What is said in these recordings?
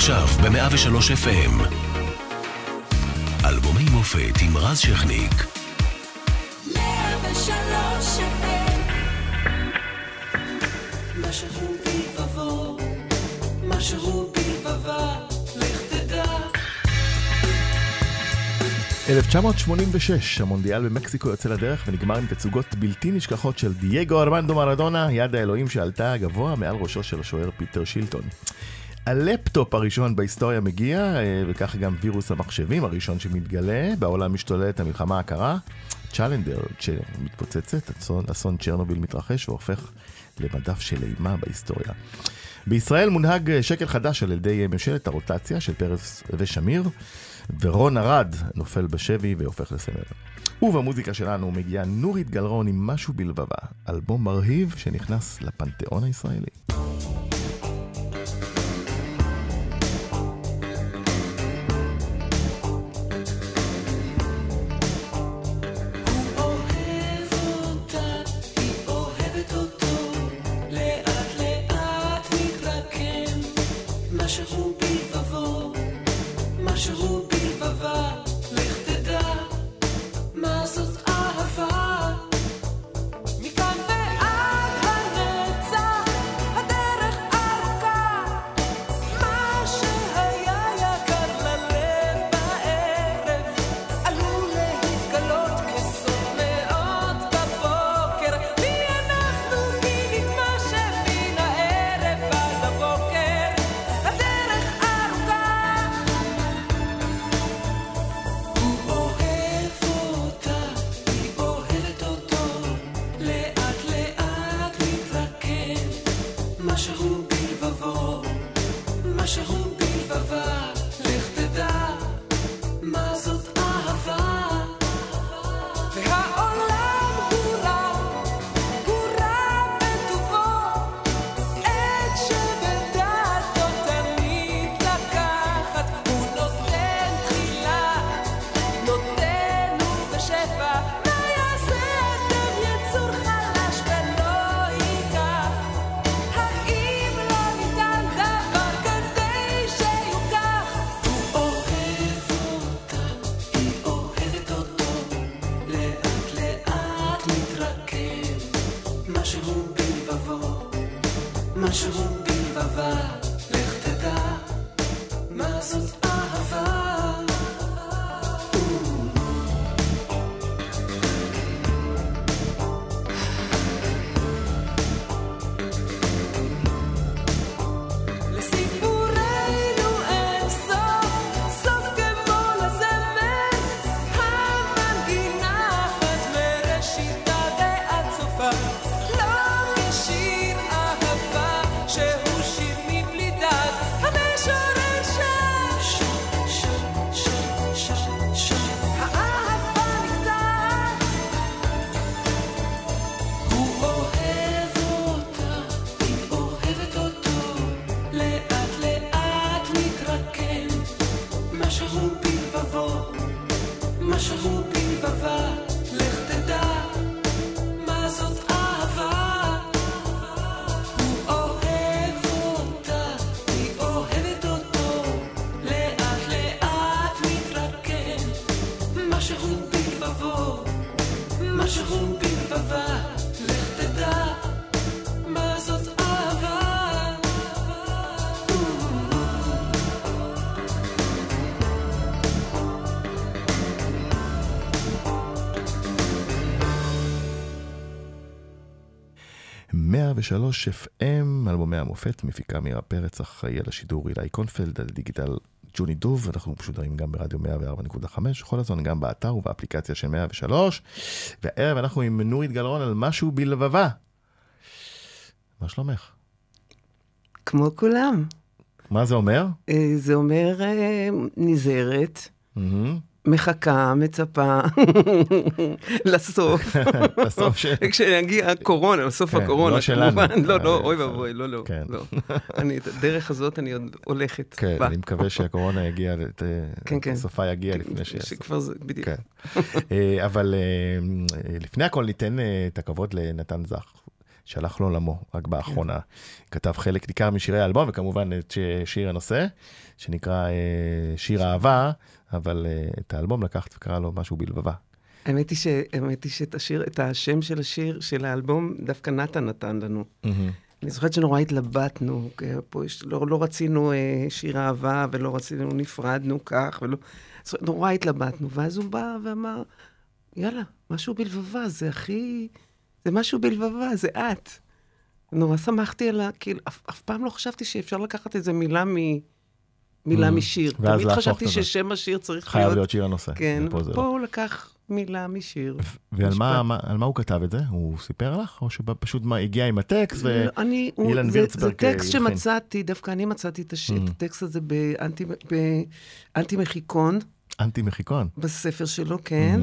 עכשיו ב-103 FM. אלבומי מופת עם רז שכניק. 103 FM. משהו בלבבו, משהו בלבבה, לך תדע. 1986, המונדיאל במקסיקו יוצא לדרך ונגמר עם תצוגות בלתי נשכחות של דייגו ארמנדו מרדונה, יד האלוהים שעלתה גבוה מעל ראשו של השוער פיטר שילטון. הלפטופ הראשון בהיסטוריה מגיע, וכך גם וירוס המחשבים הראשון שמתגלה, בעולם משתוללת המלחמה הקרה, צ'לנג'ר שמתפוצצת, אסון צ'רנוביל מתרחש והופך למדף של אימה בהיסטוריה. בישראל מונהג שקל חדש על ידי ממשלת הרוטציה של פרס ושמיר, ורון ארד נופל בשבי והופך לסמל. ובמוזיקה שלנו מגיעה נורית גלרון עם משהו בלבבה, אלבום מרהיב שנכנס לפנתיאון הישראלי. ו3 FM, אלבומי המופת, מפיקה מירה פרץ, אחראי על השידור אילי קונפלד, על דיגיטל ג'וני דוב, אנחנו משודרים גם ברדיו 104.5, כל הזמן גם באתר ובאפליקציה של 103, והערב אנחנו עם נורית גלרון על משהו בלבבה. מה שלומך? כמו כולם. מה זה אומר? זה אומר נזהרת, מחכה, מצפה, לסוף. לסוף של... כשנגיע הקורונה, לסוף הקורונה. לא שלנו. לא, אוי ואבוי, לא. את הדרך הזאת אני עוד הולכת. כן, אני מקווה שהקורונה יגיע, הסופה יגיע לפני שכבר זה, בדיוק. אבל לפני הכל ניתן את הכבוד לנתן זך, שהלך לעולמו, רק באחרונה. כתב חלק ניכר משירי האלבום, וכמובן את שיר הנושא, שנקרא שיר אהבה, אבל את האלבום לקחת וקרא לו משהו בלבבה. האמת היא שאת השם של השיר, של האלבום, דווקא נתן לנו. אני זוכרת שנורא התלבטנו, לא רצינו שיר אהבה, ולא רצינו, נפרדנו כך, נורא התלבטנו, ואז הוא בא ואמר, יאללה, משהו בלבבה, זה משהו בלבבה, זה את. נורא שמחתי עליה, כאילו, אף פעם לא חשבתי שאפשר לקחת איזה מילה משיר. תמיד חשבתי ששם השיר צריך חייב להיות שיר הנושא. כן, ופה הוא לקח מילה משיר. ועל מה הוא כתב את זה? הוא סיפר לך? או שפשוט הגיע עם הטקסט ואילן וירצברג... זה טקסט שמצאתי, דווקא אני מצאתי את הטקסט הזה באנטי מחיקון. אנטי מחיקון? בספר שלו, כן.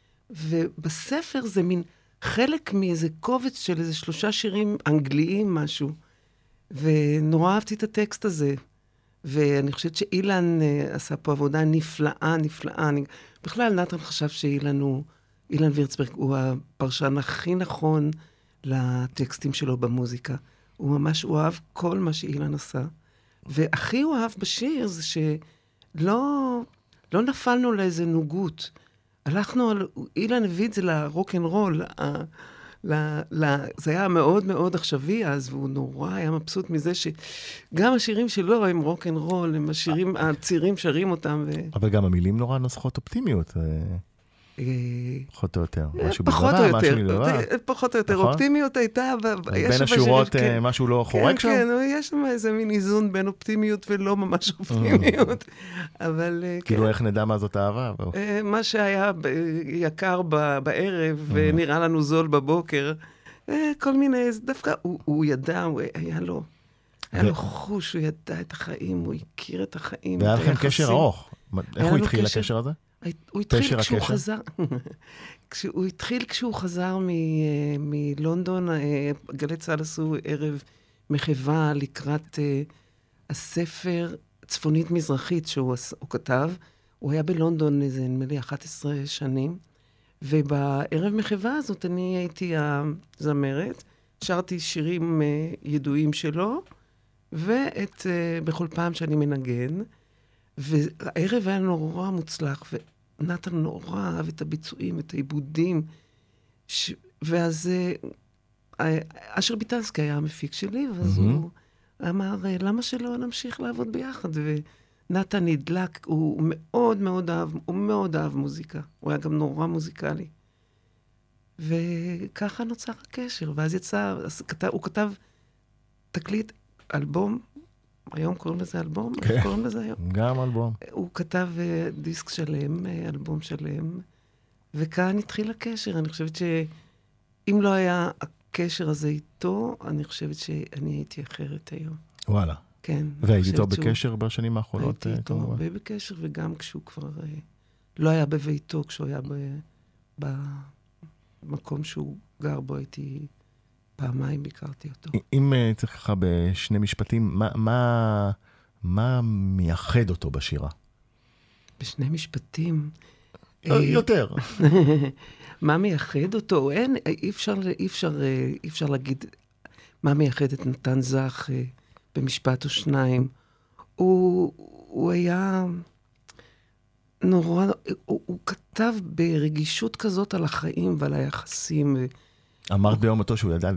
ובספר זה מין חלק מאיזה קובץ של איזה 3 שירים אנגליים, משהו. ונורא אהבתי את הטקסט הזה. ואני חושבת שאילן עשה פה עבודה נפלאה. בכלל, נתן חשב אילן וירצברג הוא הפרשן הכי נכון לטקסטים שלו במוזיקה. הוא ממש אוהב כל מה שאילן עשה. והכי הוא אהב בשיר זה שלא נפלנו לאיזה נוגות. אילן הביא את זה לרוק'נ'רול, זה היה מאוד מאוד עכשווי אז, והוא נורא היה מבסוט מזה שגם השירים שלו הם רוק'נ'רול, הם השירים הצעירים שרים אותם. אבל גם המילים נורא נוסחות אופטימיות. פחות או יותר. פחות או יותר. אופטימיות הייתה... בין השורות משהו לא חורק שם? כן, יש שם איזה מין איזון בין אופטימיות ולא ממש אופטימיות. אבל... כאילו איך נדע מה זאת אהבה? מה שהיה יקר בערב ונראה לנו זול בבוקר. כל מיני... דווקא הוא ידע, היה לו חוש, הוא ידע את החיים, הוא הכיר את החיים. והיה לכם קשר ארוך. איך הוא התחיל הקשר הזה? הוא התחיל כשהוא חזר, כשהוא חזר מלונדון, גלי צה"ל עשו ערב מחווה לקראת הספר צפונית מזרחית שהוא כתב. הוא היה בלונדון איזה, נדמה לי, 11 שנים, ובערב מחווה הזאת אני הייתי הזמרת, שרתי שירים ידועים שלו, בכל פעם שאני מנגן, והערב היה נורא מוצלח, ונתן נורא אהב את הביצועים, את העיבודים, ואז אשר ביטנסקי היה המפיק שלי, ואז הוא אמר, למה שלא נמשיך לעבוד ביחד? ונתן נדלק, הוא מאוד אהב מוזיקה, הוא היה גם נורא מוזיקלי. וככה נוצר הקשר, ואז הוא כתב תקליט, אלבום, היום קוראים לזה אלבום? כן, קוראים לזה היום? גם אלבום. הוא כתב דיסק שלם, אלבום שלם, וכאן התחיל הקשר. אני חושבת שאם לא היה הקשר הזה איתו, אני חושבת שאני הייתי אחרת היום. וואלה. כן. והיית איתו בקשר בשנים האחרונות? הייתי איתו הרבה בקשר, וגם כשהוא כבר לא היה בביתו, כשהוא היה במקום שהוא גר בו, הייתי... פעמיים ביקרתי אותו. אם צריך לך בשני משפטים, מה מייחד אותו בשירה? בשני משפטים? יותר. מה מייחד אותו? אי אפשר להגיד מה מייחד את נתן זך במשפט או שניים. הוא היה נורא, הוא כתב ברגישות כזאת על החיים ועל היחסים. אמרת ביום אותו שהוא ידע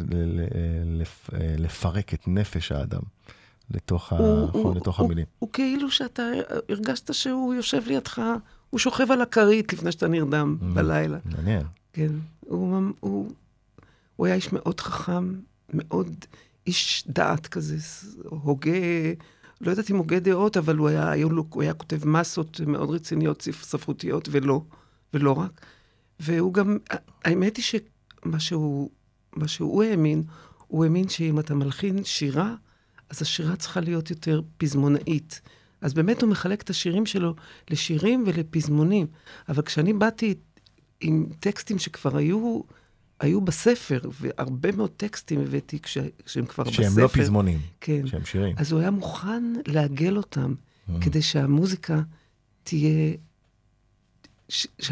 לפרק את נפש האדם לתוך המילים. הוא כאילו שאתה הרגשת שהוא יושב לידך, הוא שוכב על הכרית לפני שאתה נרדם בלילה. מעניין. כן. הוא היה איש מאוד חכם, מאוד איש דעת כזה, הוגה, לא יודעת אם הוגה דעות, אבל הוא היה כותב מסות מאוד רציניות, ספרותיות, ולא רק. והוא גם, האמת היא מה שהוא האמין, הוא האמין שאם אתה מלחין שירה, אז השירה צריכה להיות יותר פזמונאית. אז באמת הוא מחלק את השירים שלו לשירים ולפזמונים. אבל כשאני באתי עם טקסטים שכבר היו בספר, והרבה מאוד טקסטים הבאתי שהם כבר בספר. שהם לא פזמונים, כן. שהם שירים. אז הוא היה מוכן לעגל אותם, כדי שהמוזיקה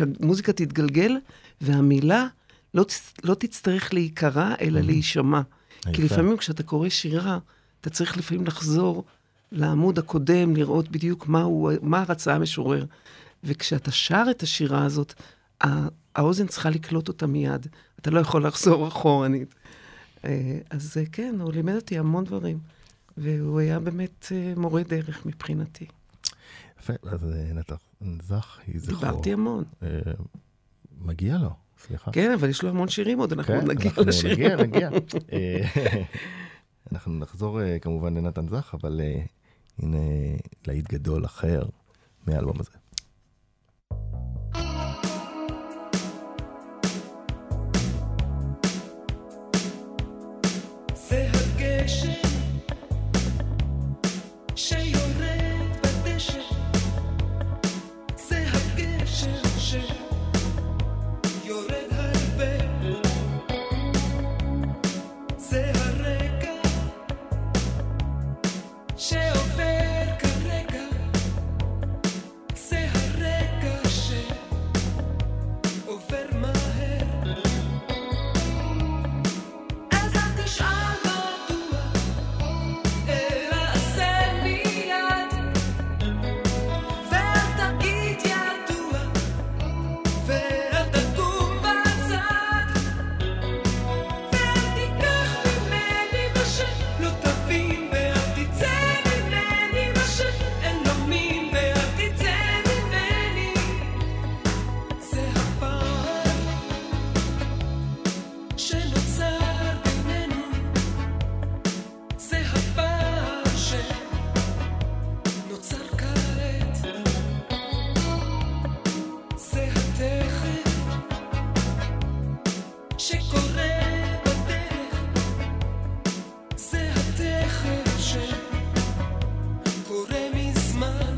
תתגלגל, והמילה לא תצטרך להיקרא, אלא להישמע. כי לפעמים כשאתה קורא שירה, אתה צריך לפעמים לחזור לעמוד הקודם, לראות בדיוק מה רצה המשורר. וכשאתה שר את השירה הזאת, האוזן צריכה לקלוט אותה מיד. אתה לא יכול לחזור אחורנית. אז כן, הוא לימד אותי המון דברים. והוא היה באמת מורה דרך מבחינתי. יפה, אז נתן זך, יהי זכרו. דיברתי המון. מגיע לו, סליחה. כן, אבל יש לו המון שירים עוד, אנחנו נגיע לשירים. נגיע. אנחנו נחזור כמובן לנתן זך, אבל הנה להיט גדול אחר מהאלבום הזה. זה הגשם שיורד בדשא, זה הגשם שיורד הרבה, זה הרגע שעובר כרגע, זה הרגע שעובר מהר. אז אל תשאל מדוע, אלא עשה מיד, ואל תגיד ידוע, ואל תקום בצד, ואל תיקח ממני מה שלא תבין, ואל תצא ממני מה שאין לו מין, ואל תצא ממני. זה הפער שנוצר בינינו, זה הפער שנוצר כעת, זה התכף שקורה בדרך, זה התכף שקורה מזמן.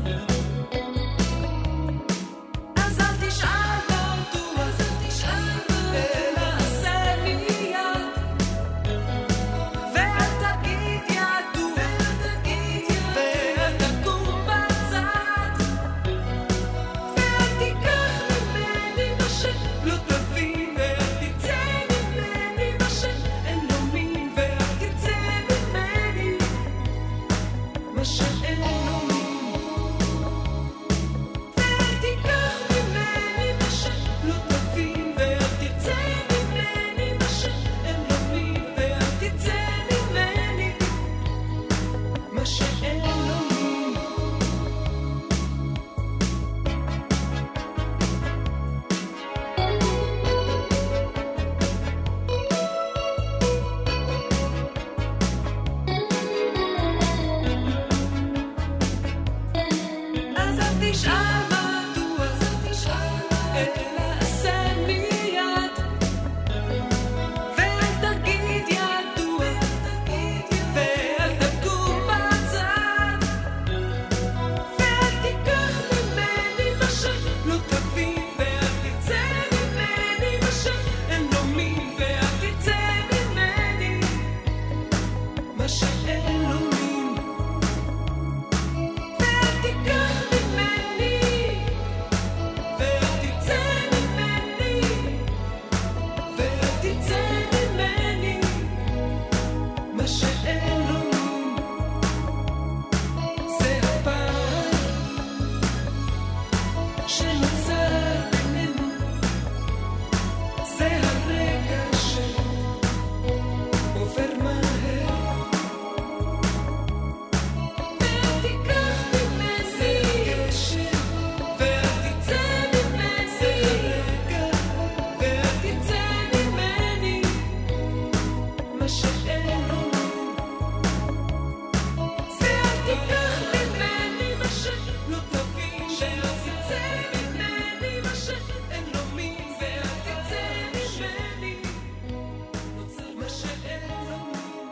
אז אל תשאל מדוע, אלא עשה מיד, ואל תגיד ידוע, ואל תקום בצד, ואל תיקח ממני מה שלא תבין, ואל תצא ממני מה שאין לו מין, ואל תצא ממני מה שאין לו מין, ואל תיקח ממני מה שלא תבין, ואל תצא ממני מה שאין לו מין, ואל תצא ממני מה שאין לו מין. אז אל תשאל מדוע, אלא עשה מיד, ואל תגיד ידוע, ואל תקום בצד, ואל תיקח ממני מה שלא תבין, ואל תצא ממני מה שאין לו מין, ואל תצא ממני מה שאין לו מין. ואל תיקח ממני, ואל תצא ממני, ואל תצא ממני מה שאין לו מין. זה הפער שנוצר בינינו, זה הרגע שעובר מהר. ואל תיקח ממני גשם, ואל תצא ממני רגע, ואל תצא ממני מה שאין לו מין, ואל תיקח ממני מה שלא תבין, ואל תצא ממני מה שאין לו מין, ואל תצא ממני מה שאין לו מין.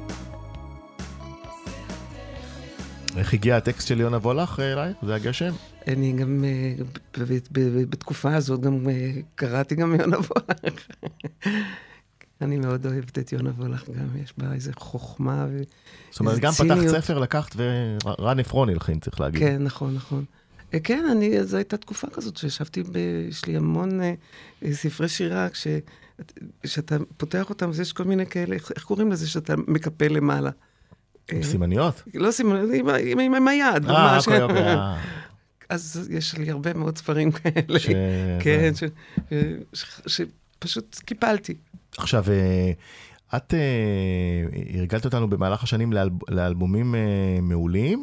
זה התכף. איך הגיע הטקסט של יונה וולך אלייך? זה הגשם? אני גם, בתקופה הזאת, גם קראתי גם יונה וולך. אני מאוד אוהבת את יונה וולך גם, יש בה איזו חוכמה זאת אומרת, גם פתחת ספר, לקחת ורן אפרוני הלחין, צריך להגיד. כן, נכון, נכון. כן, זו הייתה תקופה כזאת שישבתי, יש לי המון ספרי שירה, כשאתה פותח אותם, אז יש כל מיני כאלה, איך קוראים לזה שאתה מקפל למעלה? סימניות? לא סימניות, עם היד. אוקיי. אז יש לי הרבה מאוד ספרים כאלה. כן, שפשוט קיפלתי. עכשיו, את הרגלת אותנו במהלך השנים לאלבומים מעולים,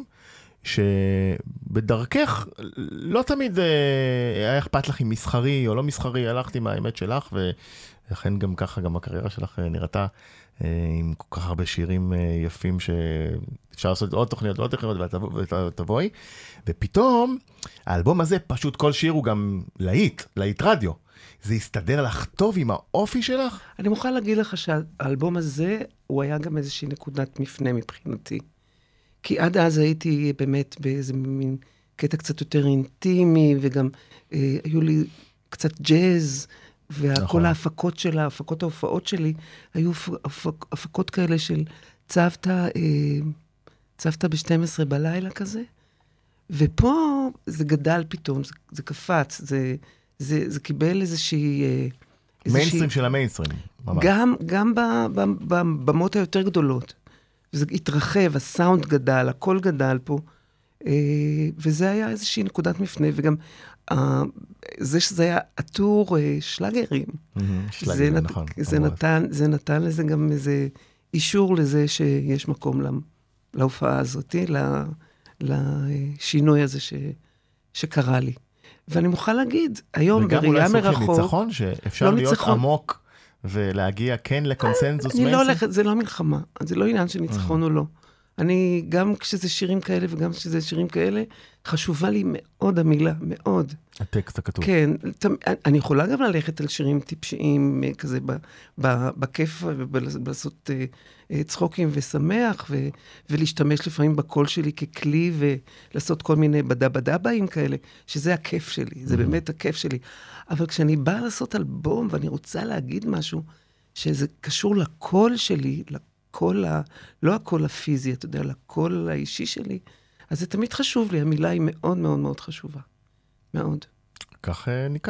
שבדרכך לא תמיד היה אכפת לך אם מסחרי או לא מסחרי, הלכתי מהאמת שלך, ולכן גם ככה, גם הקריירה שלך נראתה עם כל כך הרבה שירים יפים שאפשר לעשות עוד תוכניות ועוד תוכניות ותבואי, ופתאום האלבום הזה, פשוט כל שיר הוא גם להיט רדיו. זה הסתדר לך טוב עם האופי שלך? אני מוכן להגיד לך שהאלבום הזה, הוא היה גם איזושהי נקודת מפנה מבחינתי. כי עד אז הייתי באמת באיזה מין קטע קצת יותר אינטימי, וגם היו לי קצת ג'אז, וכל ההפקות שלה, הפקות ההופעות שלי, היו הפקות כאלה של צוותא ב-12 בלילה כזה. ופה זה גדל פתאום, זה קפץ, זה קיבל איזושהי... מיינסטרים של המיינסטרים, ממש. גם במות היותר גדולות. זה התרחב, הסאונד גדל, הכל גדל פה. וזה היה איזושהי נקודת מפנה, וגם זה שזה היה עטור שלגרים. שלגרים, נכון. זה נתן לזה גם איזה אישור לזה שיש מקום להופעה הזאת, לשינוי הזה שקרה לי. ואני מוכן להגיד, היום בראייה מרחוק... וגם אולי סוג של ניצחון, שאפשר להיות עמוק ולהגיע כן לקונסנזוס אני לא הולכת, זה לא מלחמה, זה לא עניין של ניצחון או לא. אני, גם כשזה שירים כאלה וגם כשזה שירים כאלה, חשובה לי מאוד המילה, מאוד. הטקסט הכתוב. כן, אני יכולה גם ללכת על שירים טיפשיים כזה בכיף, ולעשות צחוקים ושמח, ולהשתמש לפעמים בקול שלי ככלי, ולעשות כל מיני בדבאים כאלה, שזה הכיף שלי, זה באמת הכיף שלי. אבל כשאני באה לעשות אלבום, ואני רוצה להגיד משהו, שזה קשור לקול שלי, לא הקול הפיזי, אתה יודע, לקול האישי שלי, אז זה תמיד חשוב לי, המילה היא מאוד מאוד מאוד חשובה. מאוד. כך ניכר.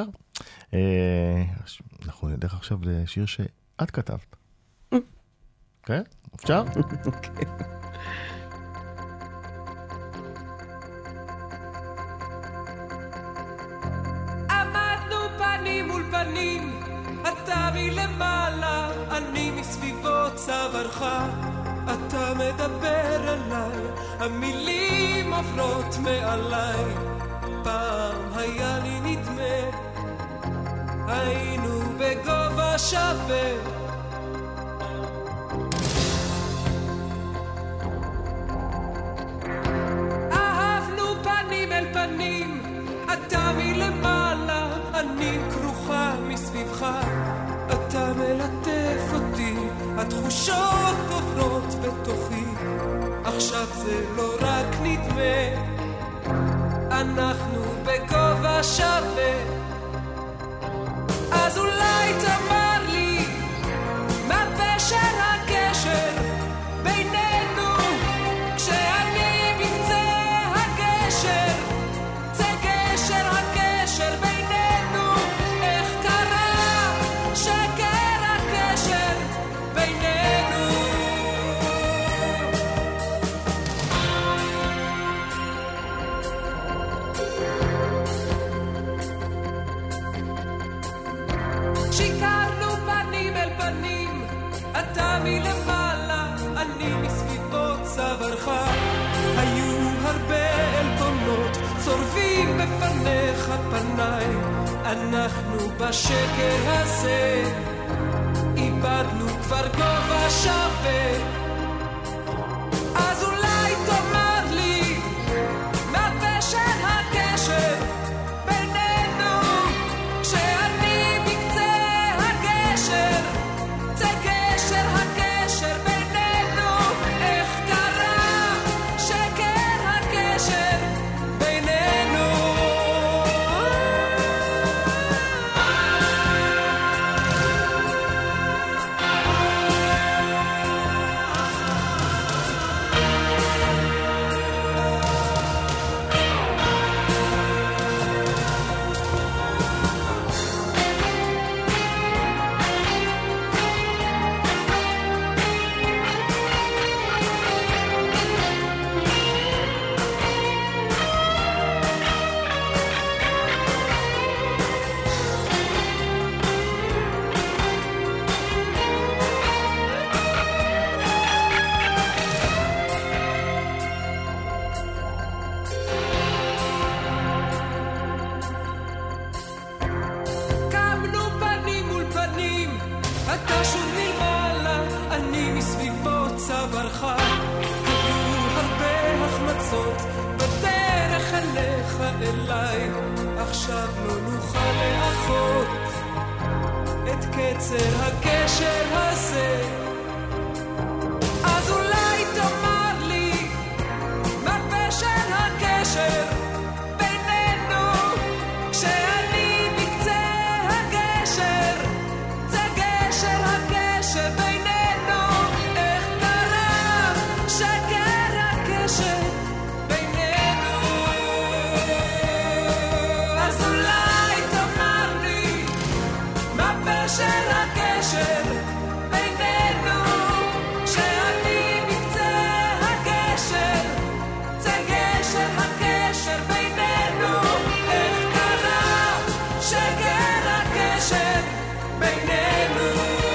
אנחנו נלך עכשיו לשיר שאת כתבת. כן? אפשר? כן. עמדנו פנים מול פנים, אתה מלמעלה, אני מסביבו צווארך, אתה מדבר אליי, המילים עוברות מעליי. פעם היה לי נדמה, היינו בגובה שווה, אהבנו פנים אל פנים, אתה מלמעלה, אני כרוכה מסביבך, אתה מלטף אותי, התחושות עוברות בתוכי, עכשיו זה לא רק נדמה, אנחנו בגובה שווה. אז אולי תאמר לי מה פשר הקשר בינינו, כשאני בקצה הגשר, זה גשר הקשר בינינו, איך קרה שקר הקשר בינינו. שיקרנו פנים אל פנים, אתה מלמעלה, אני מסביבו צווארך, היו הרבה אלבונות צורבים בפניך פניי, אנחנו בשקר הזה איבדנו כבר גובה שווה. אז אולי תאמר לי מה פשר הקשר בינינו, כשאני בקצה הגשר, זה גשר הקשר בינינו, איך קרה שקר הקשר בינינו. אתה שוב מלמעלה, אני מסביבו צווארך. היו הרבה החמצות בדרך אליך אליי, עכשיו לא נוכל לאחות את קצר הקשר הזה. אז אולי תאמר לי מה פשר הקשר בינינו, כשאני בקצה הגשר, זה גשר הקשר בינינו. איך קרה שקר הקשר בינינו? אז אולי תאמר לי מה פשר הקשר בינינו, כשאני בקצה הגשר, זה גשר הקשר בינינו. איך קרה שקר הקשר בינינו?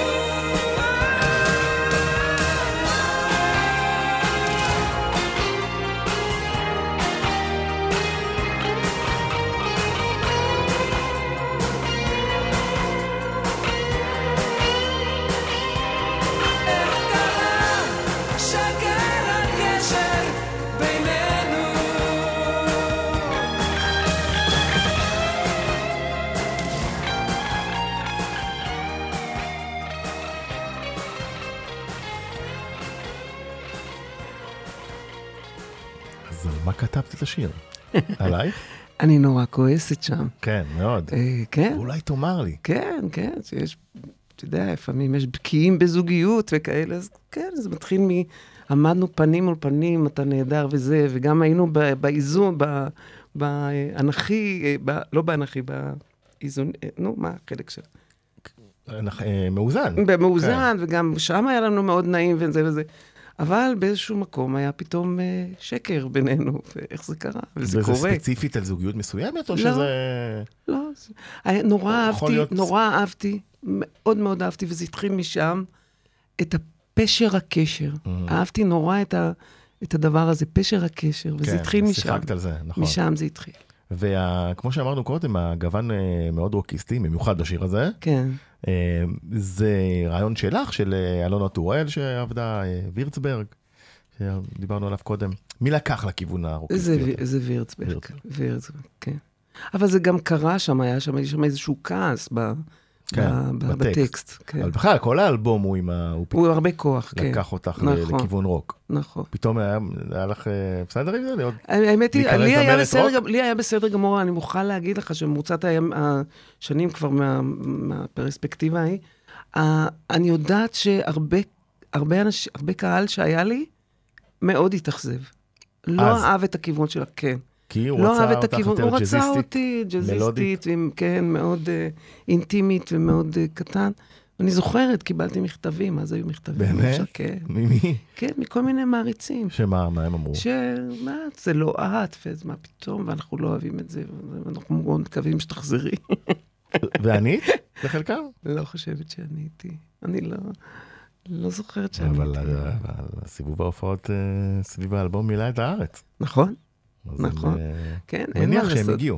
איך קרה שקר הקשר בינינו? אז על מה כתבת את השיר? עלייך? אני נורא כועסת שם. כן, מאוד. כן, אולי תאמר לי. כן, כן, שיש, אתה יודע, לפעמים יש בקיאים בזוגיות וכאלה, אז כן, זה מתחיל עמדנו פנים מול פנים, אתה נהדר וזה, וגם היינו באיזון, באנכי, לא באנכי, באיזון, נו, מה החלק של... מאוזן. במאוזן, וגם שם היה לנו מאוד נעים וזה וזה. אבל באיזשהו מקום היה פתאום שקר בינינו, ואיך זה קרה, וזה קורה. וזה ספציפית על זוגיות מסוימת, או לא. שזה... לא, נורא יכול אהבתי, להיות- נורא אהבתי, מאוד מאוד אהבתי, וזה התחיל משם, את הפשר הקשר. אהבתי נורא את הדבר הזה, פשר הקשר, וזה כן, התחיל משם. שיחקת על זה, נכון. משם זה התחיל. וכמו שאמרנו קודם, הגוון מאוד רוקיסטי, במיוחד בשיר הזה. כן. זה רעיון שלך, של אלונה טוראל שעבדה, וירצברג, שדיברנו עליו קודם. מי לקח לכיוון הרוקיסטי יותר? זה וירצברג, כן. אבל זה גם קרה שם, היה שם איזשהו כעס בטקסט. כן. אבל בכלל, כל האלבום הוא הוא הרבה כוח, כן. לקח אותך נכון. לכיוון רוק. נכון. פתאום היה לך בסדר עם זה? האמת היא, להיכנס זמרת לי היה בסדר גמור, אני מוכן להגיד לך שמרוצת השנים כבר מהפרספקטיבה ההיא, אני יודעת שהרבה קהל שהיה לי, מאוד התאכזב. לא אהב את הכיוון שלה, כן. כי הוא לא רצה אהב את אותך הכיוון, יותר הוא רצה ג'אזיסטית, אותי, מלודית. ג'אזיסטית, כן, מאוד אינטימית ומאוד קטן. אני זוכרת, קיבלתי מכתבים, אז היו מכתבים. באמת? כן. ממי? כן, מכל מיני מעריצים. שמה, מה הם אמרו? שמה, זה לא את, ומה פתאום, ואנחנו לא אוהבים את זה, ואנחנו מאוד מקווים שתחזרי. וענית? לחלקם? לא חושבת שעניתי. אני לא זוכרת שעניתי. אבל סיבוב ההופעות סביב האלבום מילא את הארץ. נכון, אז נכון. כן, אין מה מניח לעשות. שהם הגיעו.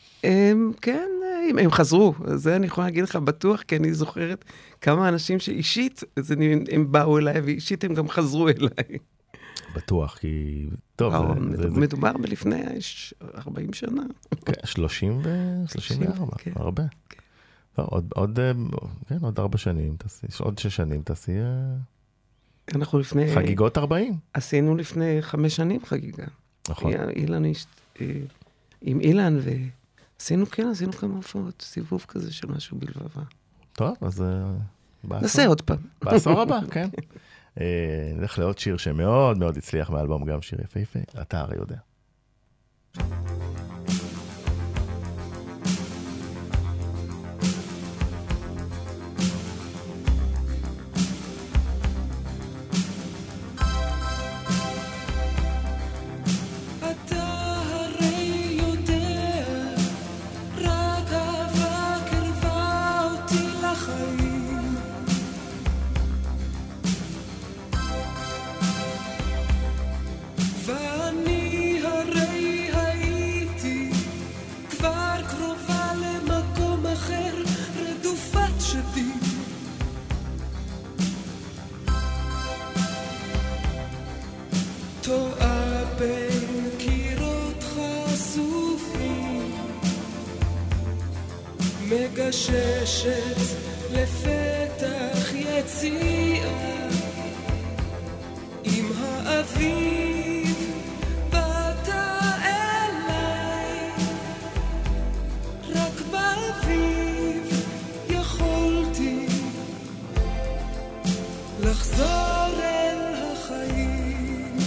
כן, הם חזרו, זה אני יכולה להגיד לך בטוח, כי אני זוכרת כמה אנשים שאישית, הם באו אליי, ואישית הם גם חזרו אליי. בטוח, כי... טוב, מדובר בלפני 40 שנה. 30 ו-34, כן. הרבה. עוד 4 שנים, עוד 6 שנים, תעשי אנחנו לפני... חגיגות 40. עשינו לפני 5 שנים חגיגה. נכון. עם אילן, ועשינו כמה הופעות, סיבוב כזה של משהו בלבבה. טוב, אז... נעשה עוד פעם. בעשור הבא, כן. נלך לעוד שיר שמאוד מאוד הצליח מהאלבום, גם שיר יפהפה, אתה הרי יודע. ואני מגששת לפתח יציאה עם האביב באת אליי רק באביב יכולתי לחזור אל החיים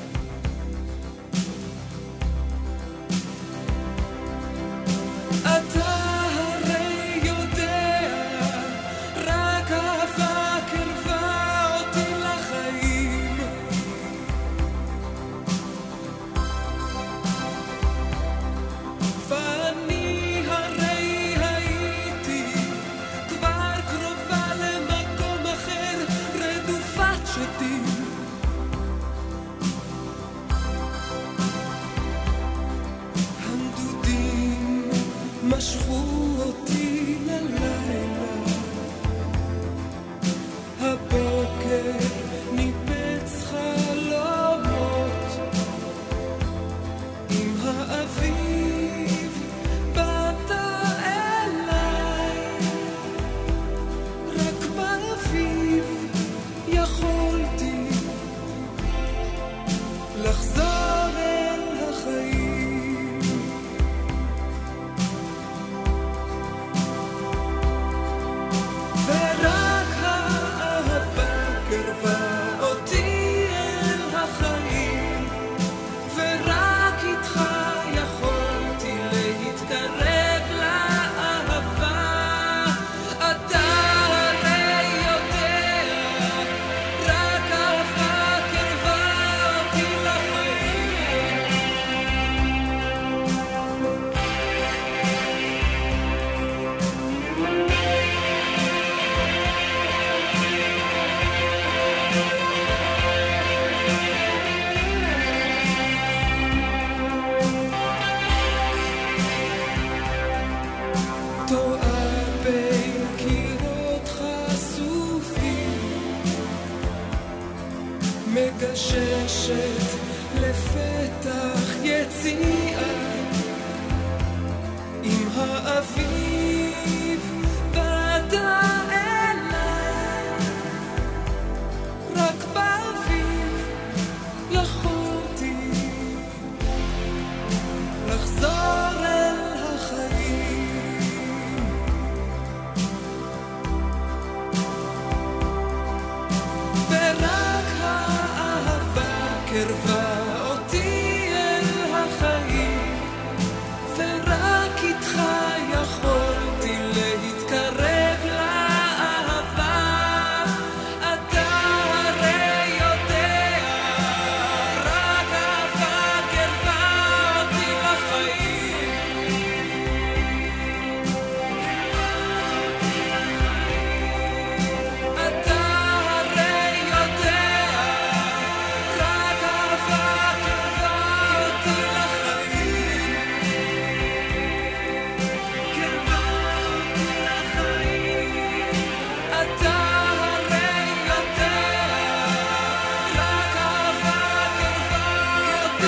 אתה הרי יודע רק אהבה קרבה אותי לחיים ואני הרי הייתי כבר קרובה למקום אחר רדופת שדים הנדודים משכו אותי ללילה הבוקר ניפץ חלומות עם האביב באת אליי רק באביב יכולתי לחזור אל החיים ורק האהבה קרבה אותי אל החיים ורק איתך יכולתי להתקרב לאהבה אתה הרי יודע רק אהבה קרבה אותי לחיים טועה בין קירות חשופים מגששת לפתח יציאה עם האביב באת אליי רק באביב יכולתי לחזור אל החיים ורק האהבה קרבה אותי אל החיים ורק איתך יכולתי להתקרב לאהבה אתה הרי יודע רק אהבה קרבה אותי לחיים אתה הרי יודע רק אהבה קרבה אותי לחיים קרבה אותי לחיים אתה הרי יודע רק אהבה קרבה אותי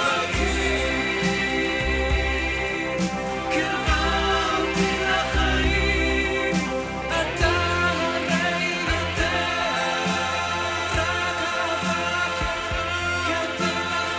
לחיים קרבה אותי לחיים אתה הרי יודע רק אהבה קרבה אותי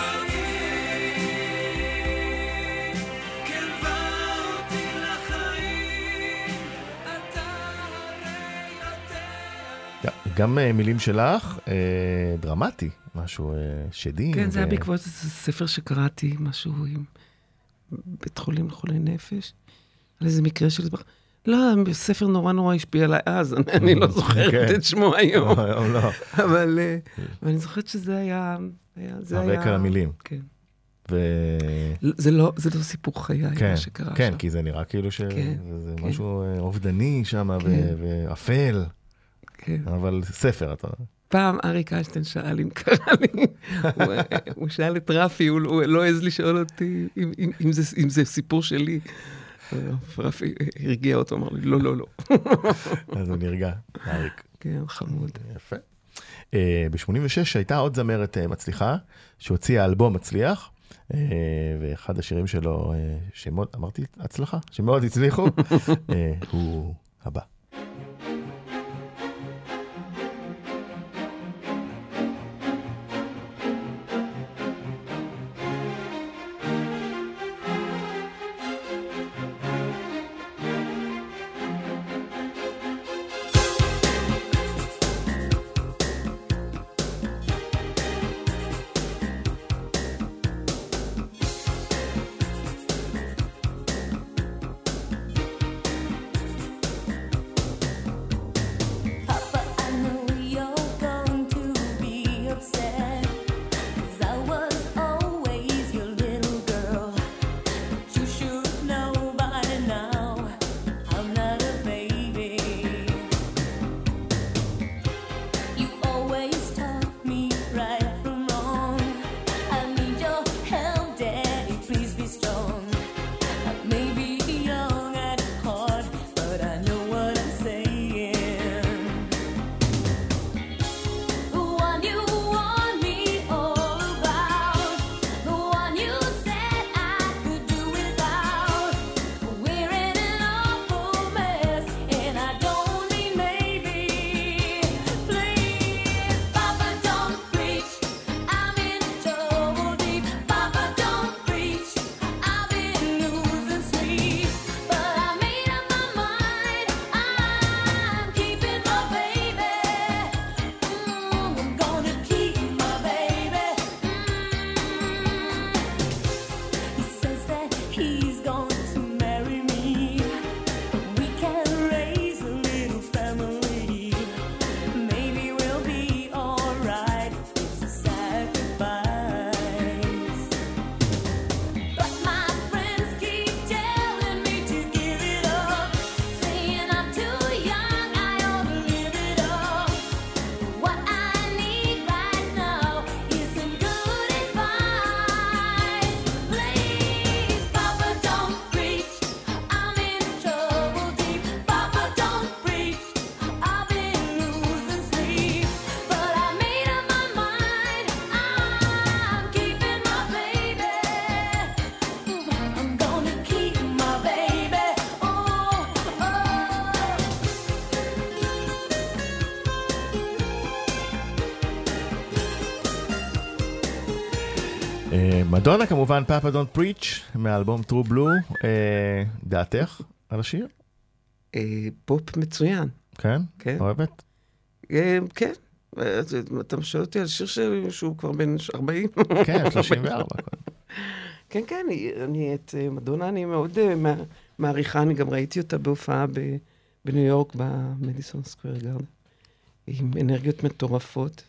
לחיים קרבה אותי לחיים אתה הרי יודע גם מילים שלך, דרמטי, משהו שדים. כן, זה היה בעקבות איזה ספר שקראתי, משהו עם בית חולים לחולי נפש, על איזה מקרה של... לא, ספר נורא נורא השפיע עליי אז, אני לא זוכרת את שמו היום. לא. אבל אני זוכרת שזה היה... הרקע למילים. כן. ו... זה לא סיפור חיי, מה שקרה שם. כן, כי זה נראה כאילו שזה משהו אובדני שם, ואפל. כן. אבל ספר, אתה... פעם אריק איינשטיין שאל אם קרה לי, הוא שאל את רפי, הוא לא העז לשאול אותי אם זה סיפור שלי. רפי הרגיע אותו, אמר לי, לא, לא, לא. אז הוא נרגע, אריק. כן, חמוד. יפה. ב-86 הייתה עוד זמרת מצליחה, שהוציאה אלבום מצליח, ואחד השירים שלו, שמאוד, אמרתי הצלחה, שמאוד הצליחו, הוא הבא. מדונה כמובן, פאפה דונט פריץ' מאלבום True Blue. דעתך על השיר? פופ מצוין. כן? כן. אוהבת? כן. אתה שואל אותי על שיר שהוא כבר בן 40? כן, 34. כן, כן, אני את מדונה אני מאוד מעריכה, אני גם ראיתי אותה בהופעה בניו יורק, במדיסון סקוואר גארדן, עם אנרגיות מטורפות.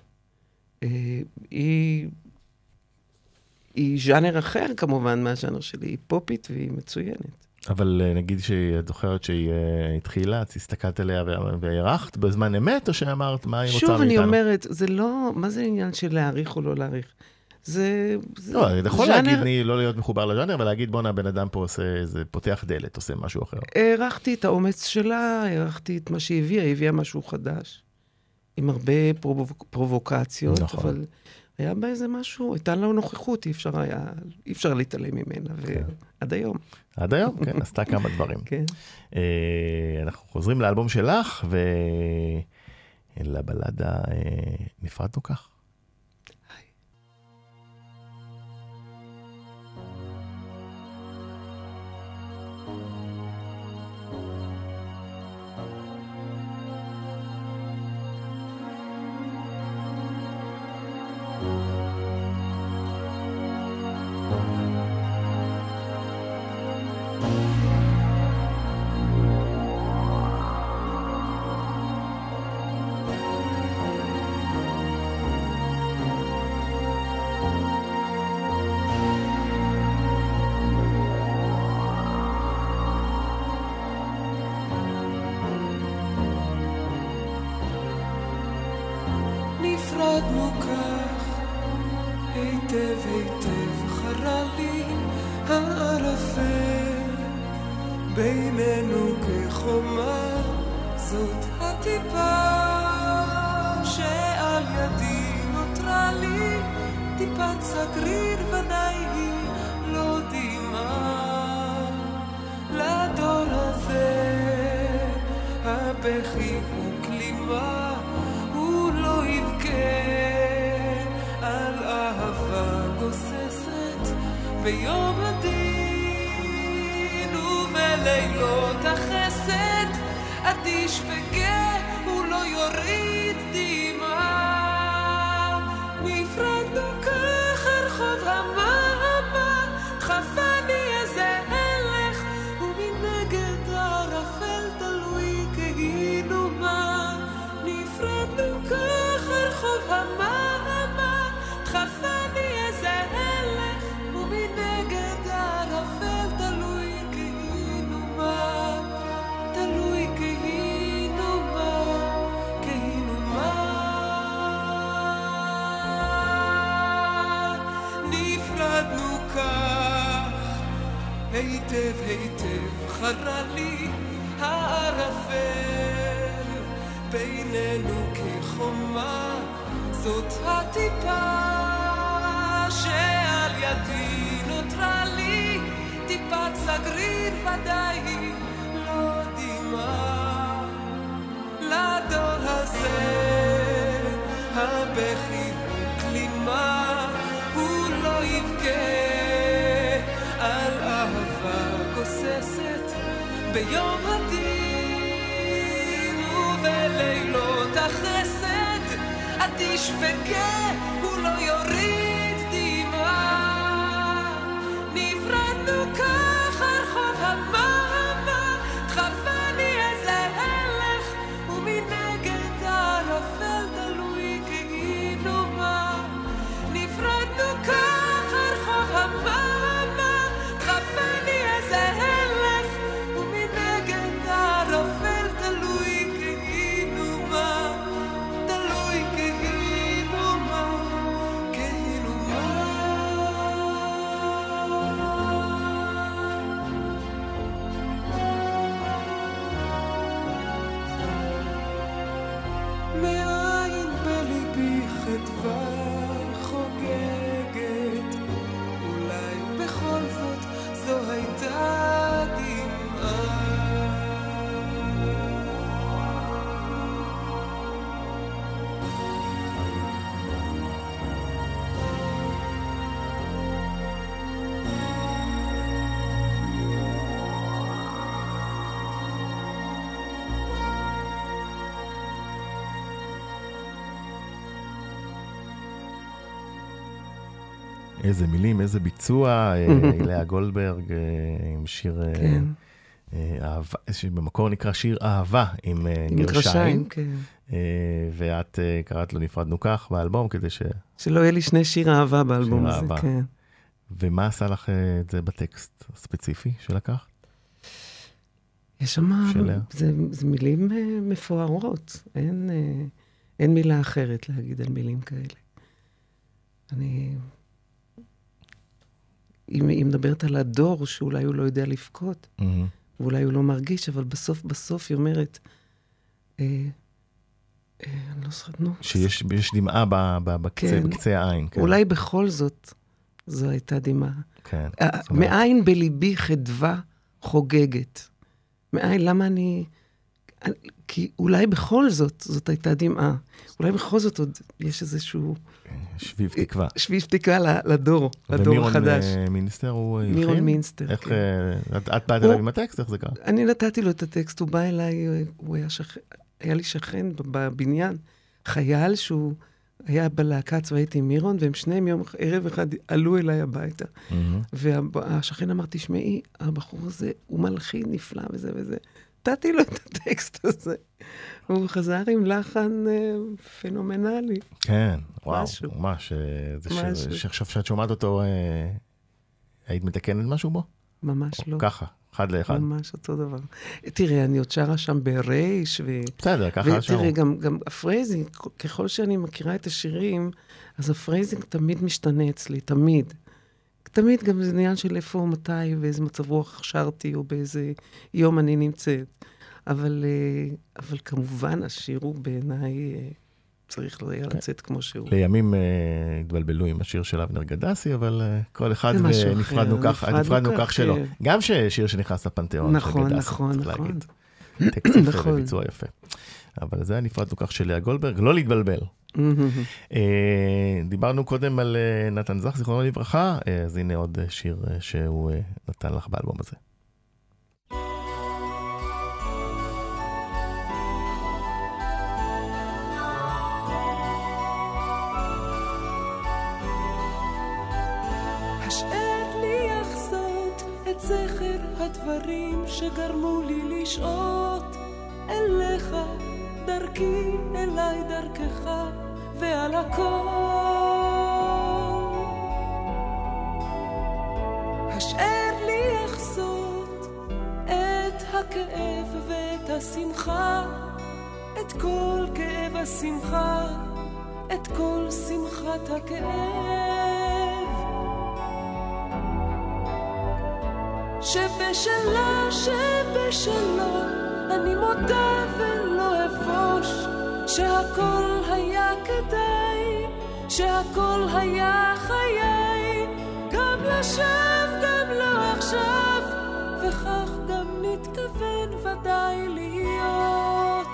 היא ז'אנר אחר כמובן מהז'אנר שלי, היא פופית והיא מצוינת. אבל נגיד שאת זוכרת שהיא התחילה, את הסתכלת עליה והערכת בזמן אמת, או שאמרת מה היא רוצה מאיתנו? שוב, אני אומרת, זה לא, מה זה עניין של להעריך או לא להעריך? לא, אני יכול להגיד לא להיות מחובר לז'אנר, ולהגיד בוא הבן אדם פה עושה, זה פותח דלת, עושה משהו אחר. הערכתי את האומץ שלה, הערכתי את מה שהיא הביאה משהו חדש, עם הרבה פרובוקציות, אבל היה בה איזה משהו, הייתה לו נוכחות, אי אפשר להתעלם ממנה, ועד היום. עד היום, כן, עשתה כמה דברים. כן. אנחנו חוזרים לאלבום שלך, ולבלדה נפרדנו כך. נפרדנו כך, היטב היטב חרה לי הערפל, בינינו כחומה, זאת הטיפה שעל ידי נותרה לי, טיפת סגריר ודאי היא הבכי הוא כלימה, הוא לא יבכה על אהבה גוססת ביום הדין ובלילות החסד אדיש וגא, הוא לא יוריד דמעה. נפרדנו כך הרחוב המאמה, חפני איזה הלך ומנגד הערפל תלוי כאילו מה. נפרדנו כך הרחוב המאמה, חפני איזה הלך ומנגד הערפל תלוי כאילו מה. תלוי כאילו מה, כאילו מה. נפרדנו כך היטב היטב, חרה לי הערפל בינינו כחומה, זאת הטיפה שעל ידי נותרה לי, טיפת סגריר ודאי היא לא דמעה. לדור הזה הבכי הוא כלימה, הוא לא יבכה על אהבה גוססת ביום הדין ובלילות החסד אדיש וגא, הוא לא יוריד דמעה. נפרדנו כך הרחוב המאמה, דחפני איזה הלך ומנגד הערפל תלוי כאילו מה. נפרדנו כך הרחוב המאמה, דחפני איזה הלך ומנגד הערפל תלוי כאילו מה. תלוי כאילו מה, כאילו מה. מאין בליבי חדווה חוגגת, אולי בכל זאת זו הייתה דמעה. איזה מילים, איזה ביצוע, לאה גולדברג עם שיר אהבה, במקור נקרא שיר אהבה עם גרשיים, ואת קראת לו נפרדנו כך באלבום כדי שלא יהיה לי שני שיר אהבה באלבום הזה, כן. ומה עשה לך את זה בטקסט הספציפי שלקחת? יש שם, זה מילים מפוארות, אין מילה אחרת להגיד על מילים כאלה. היא מדברת על הדור שאולי הוא לא יודע לבכות, ואולי הוא לא מרגיש, אבל בסוף היא אומרת, אני לא זוכרת, נו. שיש דמעה בקצה העין. אולי בכל זאת, זו הייתה דמעה. כן. מאין בליבי חדווה חוגגת. מאין, למה כי אולי בכל זאת הייתה דמעה. אולי בכל זאת עוד יש איזשהו... שביב תקווה. שביב תקווה לדור החדש. ומירון מינסטר הוא הכין? מירון מינסטר, כן. את באת אליו עם הטקסט? איך זה קרה? אני נתתי לו את הטקסט, הוא בא אליי, היה לי שכן בבניין, חייל שהוא היה בלהקה הצבאית עם מירון, והם שניהם יום ערב אחד עלו אליי הביתה. והשכן אמר, תשמעי, הבחור הזה הוא מלחין נפלא וזה וזה. נתתי לו את הטקסט הזה. הוא חזר עם לחן פנומנלי. כן, וואו, ממש. זה שעכשיו שאת שומעת אותו, היית מתקנת משהו בו? ממש לא. ככה, אחד לאחד. ממש אותו דבר. תראה, אני עוד שרה שם ברייש, בסדר, ככה שרו. ותראה, גם הפרייזינג, ככל שאני מכירה את השירים, אז הפרייזינג תמיד משתנה אצלי, תמיד. תמיד גם זה עניין של איפה, מתי, ואיזה מצב רוח שרתי, או באיזה יום אני נמצאת. אבל כמובן, השיר הוא בעיניי צריך לצאת כמו שהוא. לימים התבלבלו עם השיר של אבנר גדסי, אבל כל אחד נפרדנו כך שלו. גם שיר שנכנס לפנתיאון של גדסי, צריך להגיד. טקסט יפה נכון. וביצוע יפה. אבל זה היה נפרד כל כך של לאה גולדברג, לא להתבלבל. דיברנו קודם על נתן זך, זיכרונו לברכה, אז הנה עוד שיר שהוא נתן לך באלבום הזה. השאר לי יחזות את זכר הדברים שגרמו לי לשעות אליך, דרכי אליי דרכך ועל הכל. השאר לי יחזות את הכאב ואת השמחה, את כל כאב השמחה, את כל שמחת הכאב, שבשלה אני מודה ולא אבוש, שהכל היה כדאי, שהכל היה חיי, גם לשב גם לא עכשיו, וכך גם נתכוון ודאי להיות.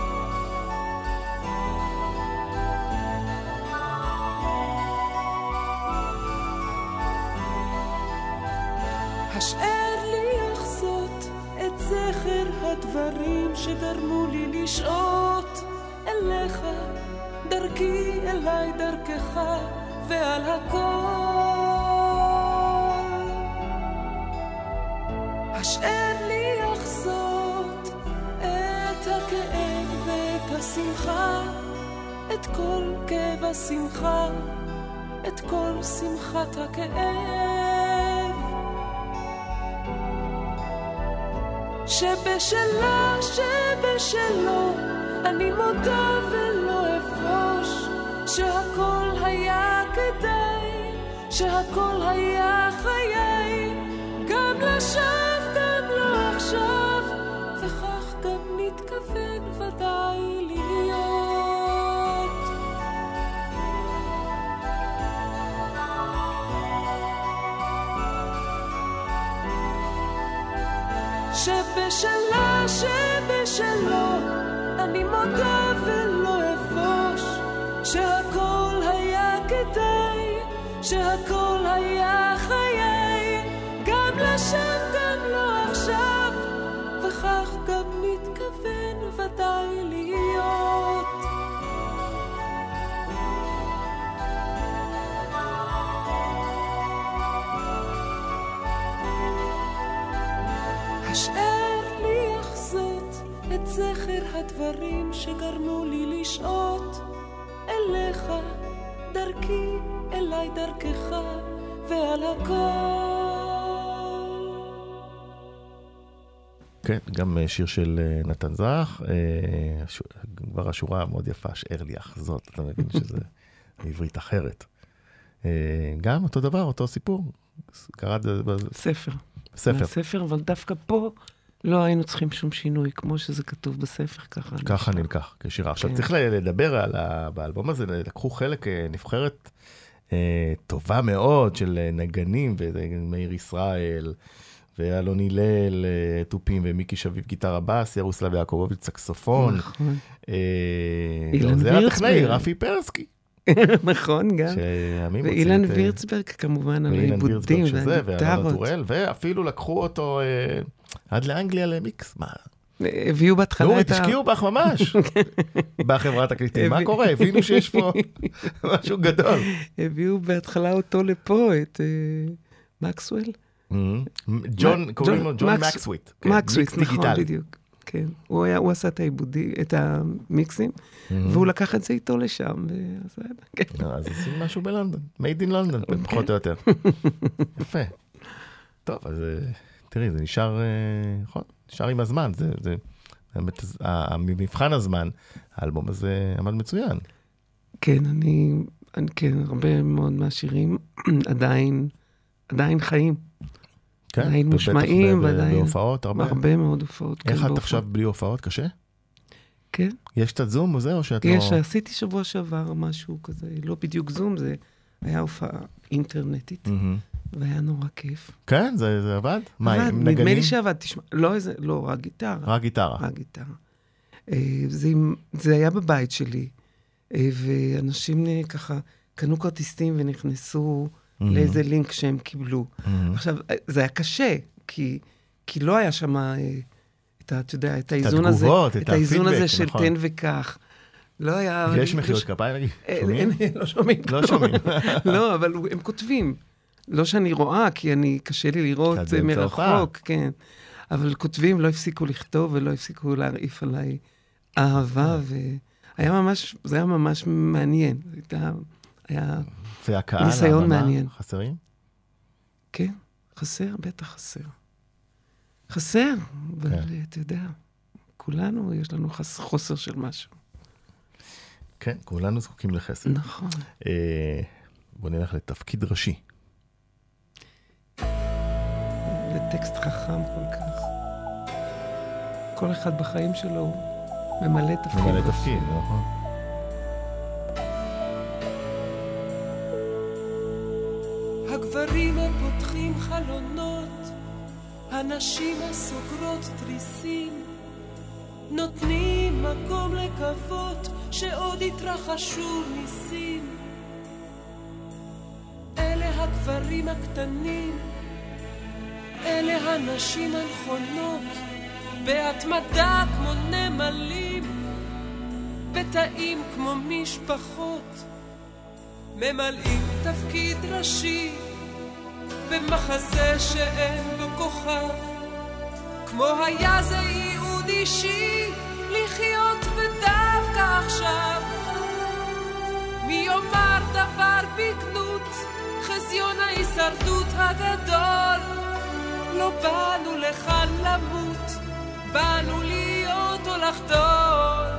השאר לי יחזות את זכר הדברים שגרמו לי לשעות אליך, דרכי אליי דרכך ועל הכל. השאר לי יחזות את הכאב ואת השמחה, את כל כאב השמחה, את כל שמחת הכאב, שבשלו אני מודה ולא אבוש, שהכל היה כדאי, שהכל היה חיי, גם לשב גם לא עכשיו, וכך גם נתכוון ודאי להיות. שבשלו אני מודה ולא אבוש, שהכל היה כדאי, שהכל היה חיי, גם לשב גם לא עכשיו, וכך גם נתכוון ודאי להיות. השאר לי יחזות את זכר הדברים שגרמו לי לשעות אליך, דרכי אליי דרכך ועל הכל. כן, גם שיר של נתן זך, כבר השורה מאוד יפה, שאר לי יחזות, אתה מבין שזה בעברית אחרת. גם אותו דבר, אותו סיפור. קראת ספר. ספר. ספר, אבל דווקא פה לא היינו צריכים שום שינוי, כמו שזה כתוב בספר, ככה. ככה נלקח, כשירה. עכשיו צריך לדבר על באלבום הזה, לקחו חלק נבחרת טובה מאוד של נגנים, ומאיר ישראל, ואלון הלל, טופים, ומיקי שביב גיטרה בס, ירוסלב יעקובוביץ סקסופון. נכון. גם זה הטכנאי, רפי פרסקי. נכון, גם. ואילן וירצברג, כמובן, על העיבודים והגיטרות. ואפילו לקחו אותו עד לאנגליה למיקס. מה? הביאו בהתחלה את תשקיעו בך ממש, בחברת הקליטים. מה קורה? הבינו שיש פה משהו גדול. הביאו בהתחלה אותו לפה, את מקסוול. ג'ון, קוראים לו ג'ון מקסוויט. מקסוויט, נכון, בדיוק. כן, הוא עשה את העיבודי, את המיקסים, והוא לקח את זה איתו לשם, אז עושים משהו בלונדון, made in London, פחות או יותר. יפה. טוב, אז תראי, זה נשאר, נכון, נשאר עם הזמן, זה מבחן הזמן, האלבום הזה עמד מצוין. כן, כן, הרבה מאוד מהשירים עדיין חיים. עדיין מושמעים, בהופעות, הרבה מאוד הופעות. איך את עכשיו בלי הופעות? קשה? כן. יש קצת זום או זה, או שאת לא... יש, עשיתי שבוע שעבר משהו כזה, לא בדיוק זום, זה היה הופעה אינטרנטית, והיה נורא כיף. כן? זה עבד? מה, עבד, עם נדמה נגנים? לי שעבד, תשמע, לא, רק גיטרה. רק גיטרה. רק גיטרה. זה היה בבית שלי, ואנשים ככה קנו כרטיסים ונכנסו לאיזה לינק שהם קיבלו. עכשיו, זה היה קשה, כי לא היה שם, אתה יודע, את האיזון הזה, התגובות, את האיזון הזה הפידבק, של נכון. תן וכך. לא היה... יש מחיאות כפיים, נגיד? שומעים? לא שומעים. לא שומעים. לא, אבל הם כותבים. לא שאני רואה, כי קשה לי לראות מרחוק, כן. אבל כותבים, לא הפסיקו לכתוב ולא הפסיקו להרעיף עליי אהבה, זה היה ממש מעניין. היה והקהל, ניסיון מעניין. חסרים? כן, חסר, בטח חסר. חסר, אבל אתה יודע, כולנו יש לנו חוסר של משהו. כן, כולנו זקוקים לחסר. נכון. בוא נלך לתפקיד ראשי. זה טקסט חכם כל כך. כל אחד בחיים שלו ממלא תפקיד. ממלא תפקיד, נכון. הגברים הפותחים חלונות, הנשים הסוגרות תריסים, נותנים מקום לקוות שעוד יתרחשו ניסים. אלה הגברים הקטנים, אלה הנשים הנכונות, בהתמדה כמו נמלים, בתאים כמו משפחות, ממלאים תפקיד ראשי במחזה שאין בו כוכב, כמו היה זה ייעוד אישי לחיות ודווקא עכשיו. מי יאמר דבר בגנות, חזיון ההישרדות הגדול. לא באנו לכאן למות, באנו להיות או לחדול.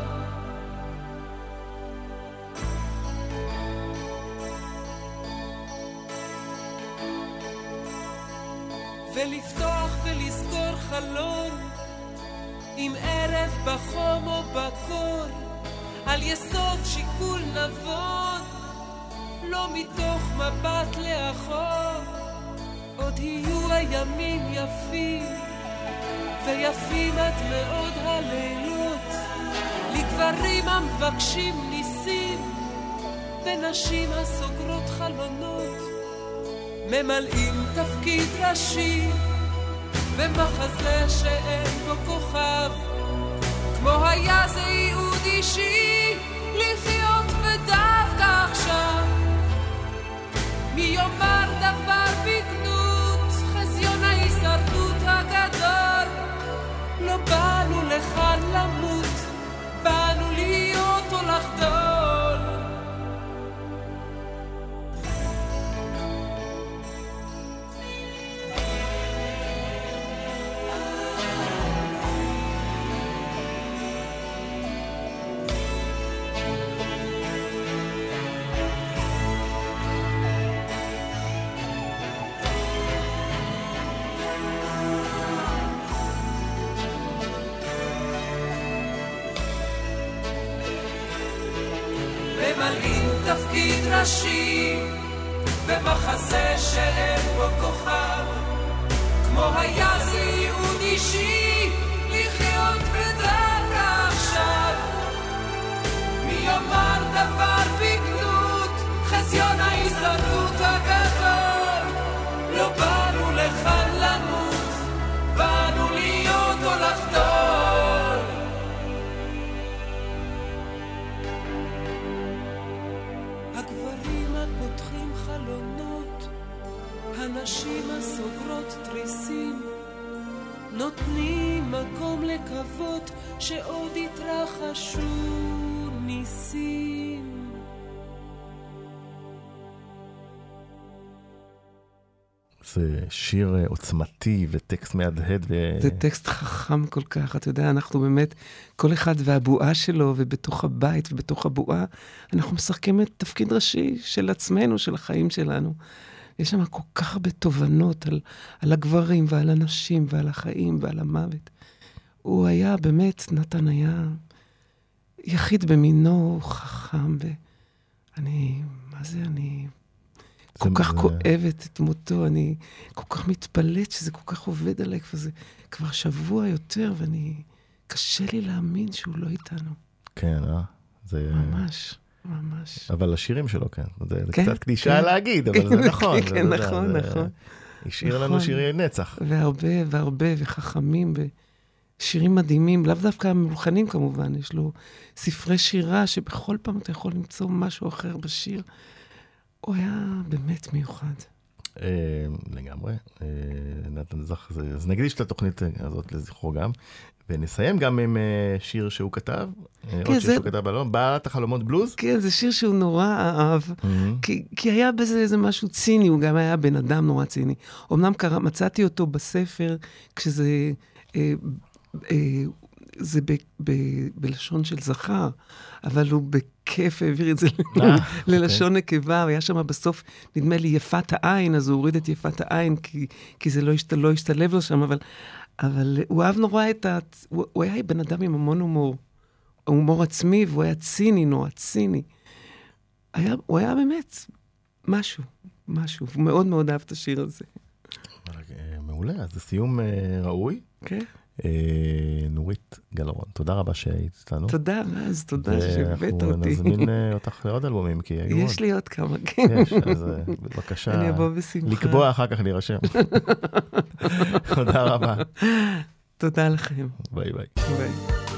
ולפתוח ולסגור חלון עם ערב בחום או בקור, על יסוד שיקול נבון, לא מתוך מבט לאחור. עוד יהיו הימים יפים, ויפים עד מאוד הלילות, לגברים המבקשים ניסים, ונשים הסוגרות חלונות, ממלאים תפקיד ראשי במחזה שאין בו כוכב, כמו היה זה ייעוד אישי לחיות ודווקא עכשיו. מי יאמר דבר בגנות, חזיון ההישרדות הגדול. לא באנו לכאן למות, באנו להיות או לחדול. ממלאים תפקיד ראשי במחזה שאין בו כוכב, כמו היה זה ייעוד אישי לחיות ודווקא עכשיו. מי יאמר דבר בגנות, חזיון ההישרדות הגדול. לא באנו לכאן למות, באנו להיות או לחדול. הגברים הפותחים חלונות, הנשים הסוגרות תריסים, נותנים מקום לקוות שעוד יתרחשו ניסים. זה שיר עוצמתי וטקסט מהדהד. זה טקסט חכם כל כך, אתה יודע, אנחנו באמת, כל אחד והבועה שלו, ובתוך הבית ובתוך הבועה, אנחנו משחקים את תפקיד ראשי של עצמנו, של החיים שלנו. יש שם כל כך הרבה תובנות על הגברים ועל הנשים ועל החיים ועל המוות. הוא היה באמת, נתן היה יחיד במינו, חכם, ואני, מה זה, אני כל כך כואבת את מותו, אני כל כך מתפלאת שזה כל כך עובד עליי, וזה כבר שבוע יותר, קשה לי להאמין שהוא לא איתנו. כן, זה... ממש. אבל השירים שלו, כן. זה קצת קדישה להגיד, אבל זה נכון. כן, נכון. השאיר לנו שירי נצח. והרבה, וחכמים, ושירים מדהימים, לאו דווקא המלחנים כמובן, יש לו ספרי שירה, שבכל פעם אתה יכול למצוא משהו אחר בשיר. הוא היה באמת מיוחד. לגמרי. נתן זך, אז נקדיש את התוכנית הזאת לזכרו גם, ונסיים גם עם שיר שהוא כתב, עוד שיר שהוא כתב בלום, בעלת החלומות בלוז. כן, זה שיר שהוא נורא אהב, כי היה בזה איזה משהו ציני, הוא גם היה בן אדם נורא ציני. אמנם מצאתי אותו בספר, כשזה זה בלשון של זכר, אבל הוא בכיף העביר את זה ללשון נקבה, הוא היה שם בסוף, נדמה לי, יפת העין, אז הוא הוריד את יפת העין, כי זה לא השתלב לו שם, אבל הוא אהב נורא הוא היה בן אדם עם המון הומור עצמי, והוא היה ציני, נורא ציני. הוא היה באמת משהו, הוא מאוד מאוד אהב את השיר הזה. מעולה, אז זה סיום ראוי. כן. נורית גלרון, תודה רבה שהיית איתנו. תודה, אז תודה שהבאת אותי. ואנחנו נזמין אותך לעוד אלבומים, כי היו עוד. יש לי עוד כמה, כן. יש, אז בבקשה. אני אבוא בשמחה. לקבוע אחר כך להירשם. תודה רבה. תודה לכם. ביי ביי. ביי.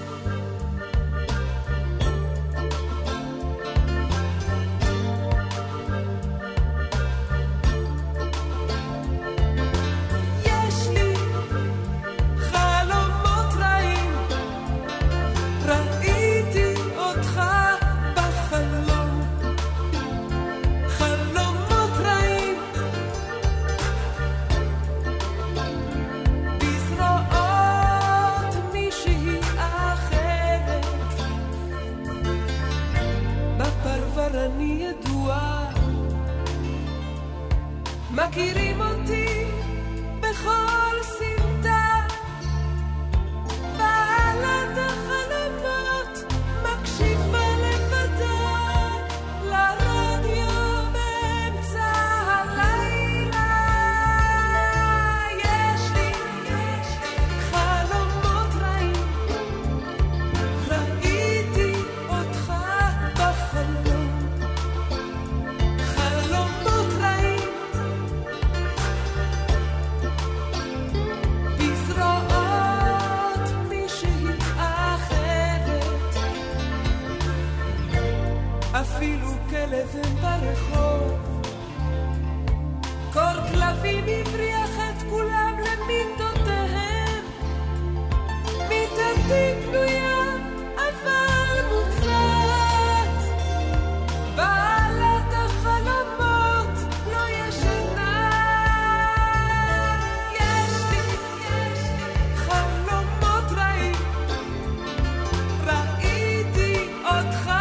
מכירים אותי בכל סמטה, בעלת החלומות מקשיבה לבדה לרדיו באמצע הלילה. יש לי חלומות רעים, ראיתי אותך בחלום. חלומות רעים אפילו כלב ברחוב, קור כלבים הבריח את כולם למיטותיהם. מיטתי פנויה אבל מוצאת, בעלת החלומות לא ישנה. יש לי חלומות רעים, ראיתי אותך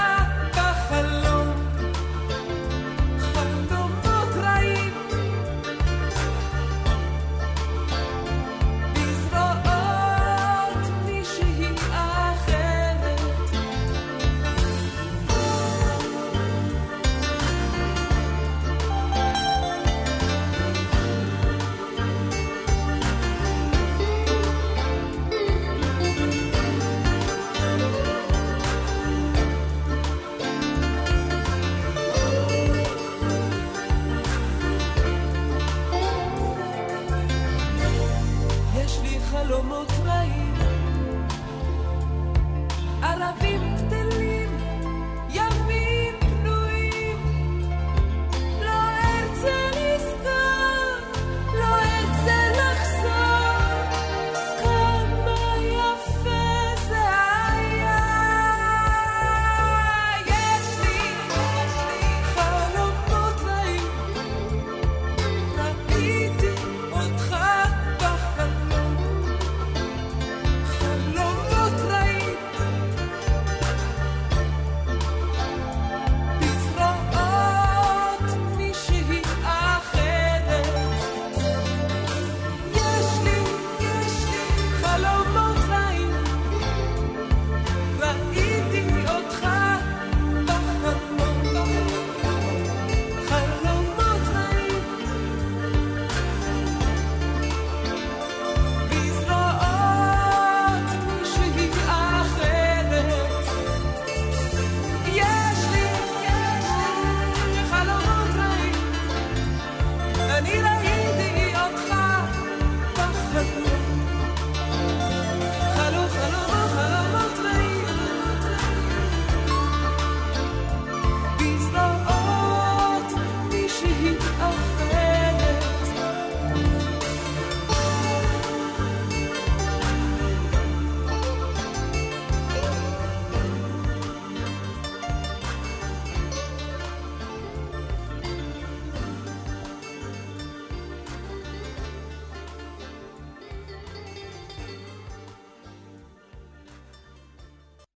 חלומות רעים, ערבים